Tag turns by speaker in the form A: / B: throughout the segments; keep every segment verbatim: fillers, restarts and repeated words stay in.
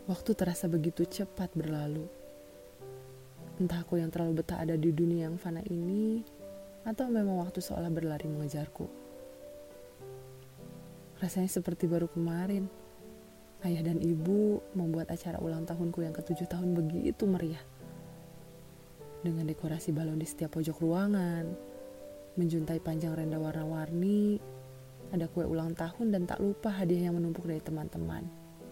A: Waktu terasa begitu cepat berlalu. Entah aku yang terlalu betah ada di dunia yang fana ini, atau memang waktu seolah berlari mengejarku. Rasanya seperti baru kemarin, ayah dan ibu membuat acara ulang tahunku yang ketujuh tahun begitu meriah. Dengan dekorasi balon di setiap pojok ruangan, menjuntai panjang renda warna-warni, ada kue ulang tahun dan tak lupa hadiah yang menumpuk dari teman-teman.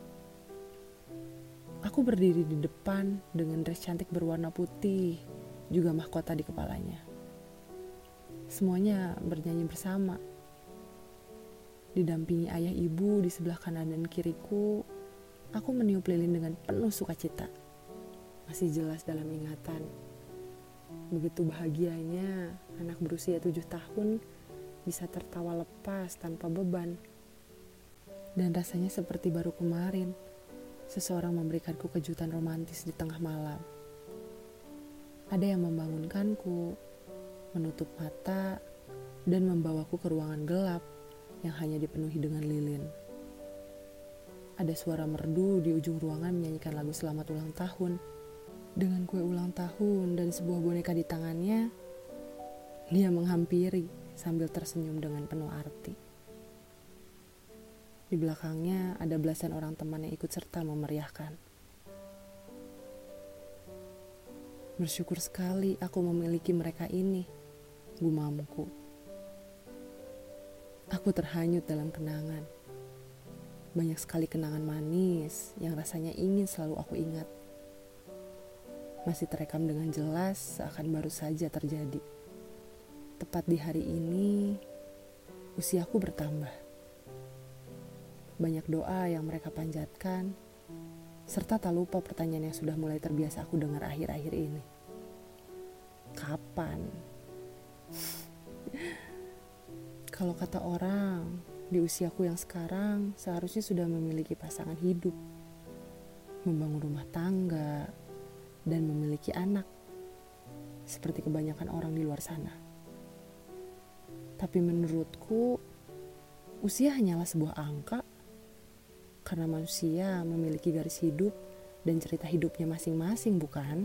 A: Aku berdiri di depan dengan dress cantik berwarna putih, juga mahkota di kepalanya. Semuanya bernyanyi bersama. Didampingi ayah ibu di sebelah kanan dan kiriku, aku meniup lilin dengan penuh sukacita. Masih jelas dalam ingatan. Begitu bahagianya anak berusia tujuh tahun bisa tertawa lepas tanpa beban. Dan rasanya seperti baru kemarin, seseorang memberikanku kejutan romantis di tengah malam. Ada yang membangunkanku, menutup mata, dan membawaku ke ruangan gelap yang hanya dipenuhi dengan lilin. Ada suara merdu di ujung ruangan menyanyikan lagu selamat ulang tahun. Dengan kue ulang tahun dan sebuah boneka di tangannya, dia menghampiri sambil tersenyum dengan penuh arti. Di belakangnya ada belasan orang teman yang ikut serta memeriahkan. Bersyukur sekali aku memiliki mereka ini, gumamku. Aku terhanyut dalam kenangan. Banyak sekali kenangan manis yang rasanya ingin selalu aku ingat. Masih terekam dengan jelas seakan baru saja terjadi. Tepat di hari ini, usiaku bertambah. Banyak doa yang mereka panjatkan, serta tak lupa pertanyaan yang sudah mulai terbiasa aku dengar akhir-akhir ini. Kapan? Kalau kata orang, di usiaku yang sekarang seharusnya sudah memiliki pasangan hidup, membangun rumah tangga, dan memiliki anak, seperti kebanyakan orang di luar sana. Tapi menurutku, usia hanyalah sebuah angka, karena manusia memiliki garis hidup dan cerita hidupnya masing-masing, bukan?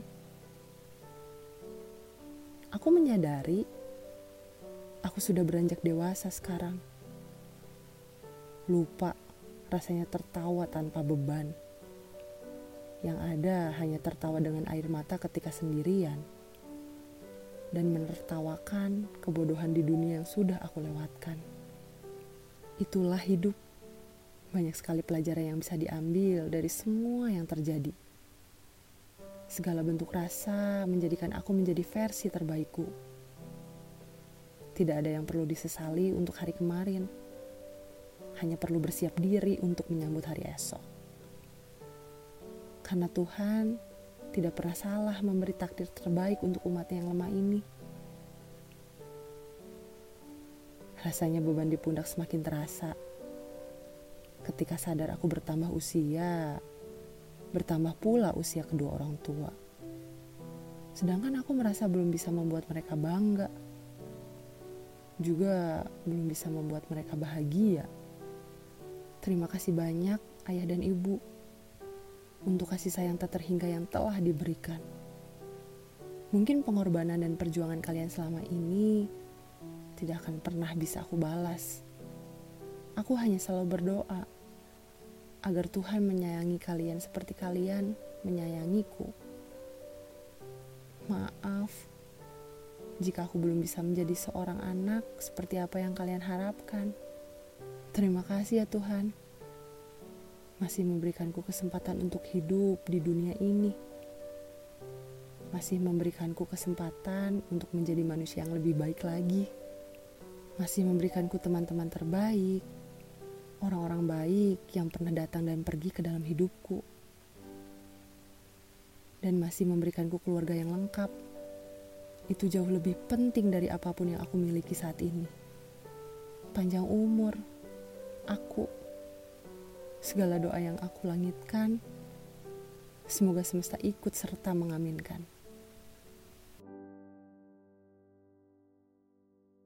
A: Aku menyadari, aku sudah beranjak dewasa sekarang. Lupa rasanya tertawa tanpa beban. Yang ada hanya tertawa dengan air mata ketika sendirian. Dan menertawakan kebodohan di dunia yang sudah aku lewatkan. Itulah hidup. Banyak sekali pelajaran yang bisa diambil dari semua yang terjadi. Segala bentuk rasa menjadikan aku menjadi versi terbaikku. Tidak ada yang perlu disesali untuk hari kemarin. Hanya perlu bersiap diri untuk menyambut hari esok. Karena Tuhan tidak pernah salah memberi takdir terbaik untuk umatnya yang lemah ini. Rasanya beban di pundak semakin terasa. Ketika sadar aku bertambah usia, bertambah pula usia kedua orang tua. Sedangkan aku merasa belum bisa membuat mereka bangga. Juga belum bisa membuat mereka bahagia. Terima kasih banyak ayah dan ibu untuk kasih sayang tak terhingga yang telah diberikan. Mungkin pengorbanan dan perjuangan kalian selama ini tidak akan pernah bisa aku balas. Aku hanya selalu berdoa agar Tuhan menyayangi kalian seperti kalian menyayangiku. Maaf jika aku belum bisa menjadi seorang anak seperti apa yang kalian harapkan. Terima kasih ya Tuhan, masih memberikanku kesempatan untuk hidup di dunia ini. Masih memberikanku kesempatan untuk menjadi manusia yang lebih baik lagi. Masih memberikanku teman-teman terbaik, orang-orang baik yang pernah datang dan pergi ke dalam hidupku. Dan masih memberikanku keluarga yang lengkap. Itu jauh lebih penting dari apapun yang aku miliki saat ini. Panjang umur, aku, segala doa yang aku langitkan, semoga semesta ikut serta mengaminkan.